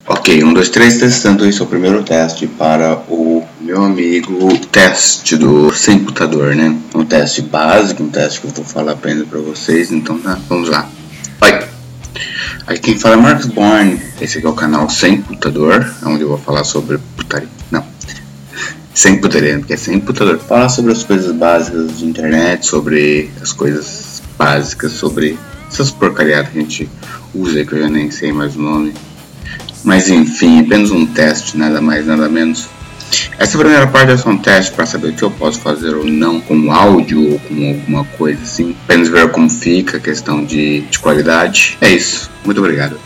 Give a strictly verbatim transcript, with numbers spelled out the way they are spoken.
Ok, um, dois, três, testando. Esse é o primeiro teste para o meu amigo teste do sem computador, né? Um teste básico, um teste que eu vou falar apenas para vocês, então tá, vamos lá. Oi! Aqui quem fala é Marcos Born. Esse aqui é o canal Sem Computador, onde eu vou falar sobre putaria. Não, sem putaria, porque é sem computador. Falar sobre as coisas básicas de internet, sobre as coisas básicas, sobre essas porcariadas que a gente usa, que eu já nem sei mais o nome. Mas enfim, apenas um teste, nada mais, nada menos. Essa primeira parte é só um teste para saber o que eu posso fazer ou não com áudio ou com alguma coisa assim. Apenas ver como fica a questão de, de qualidade. É isso. Muito obrigado.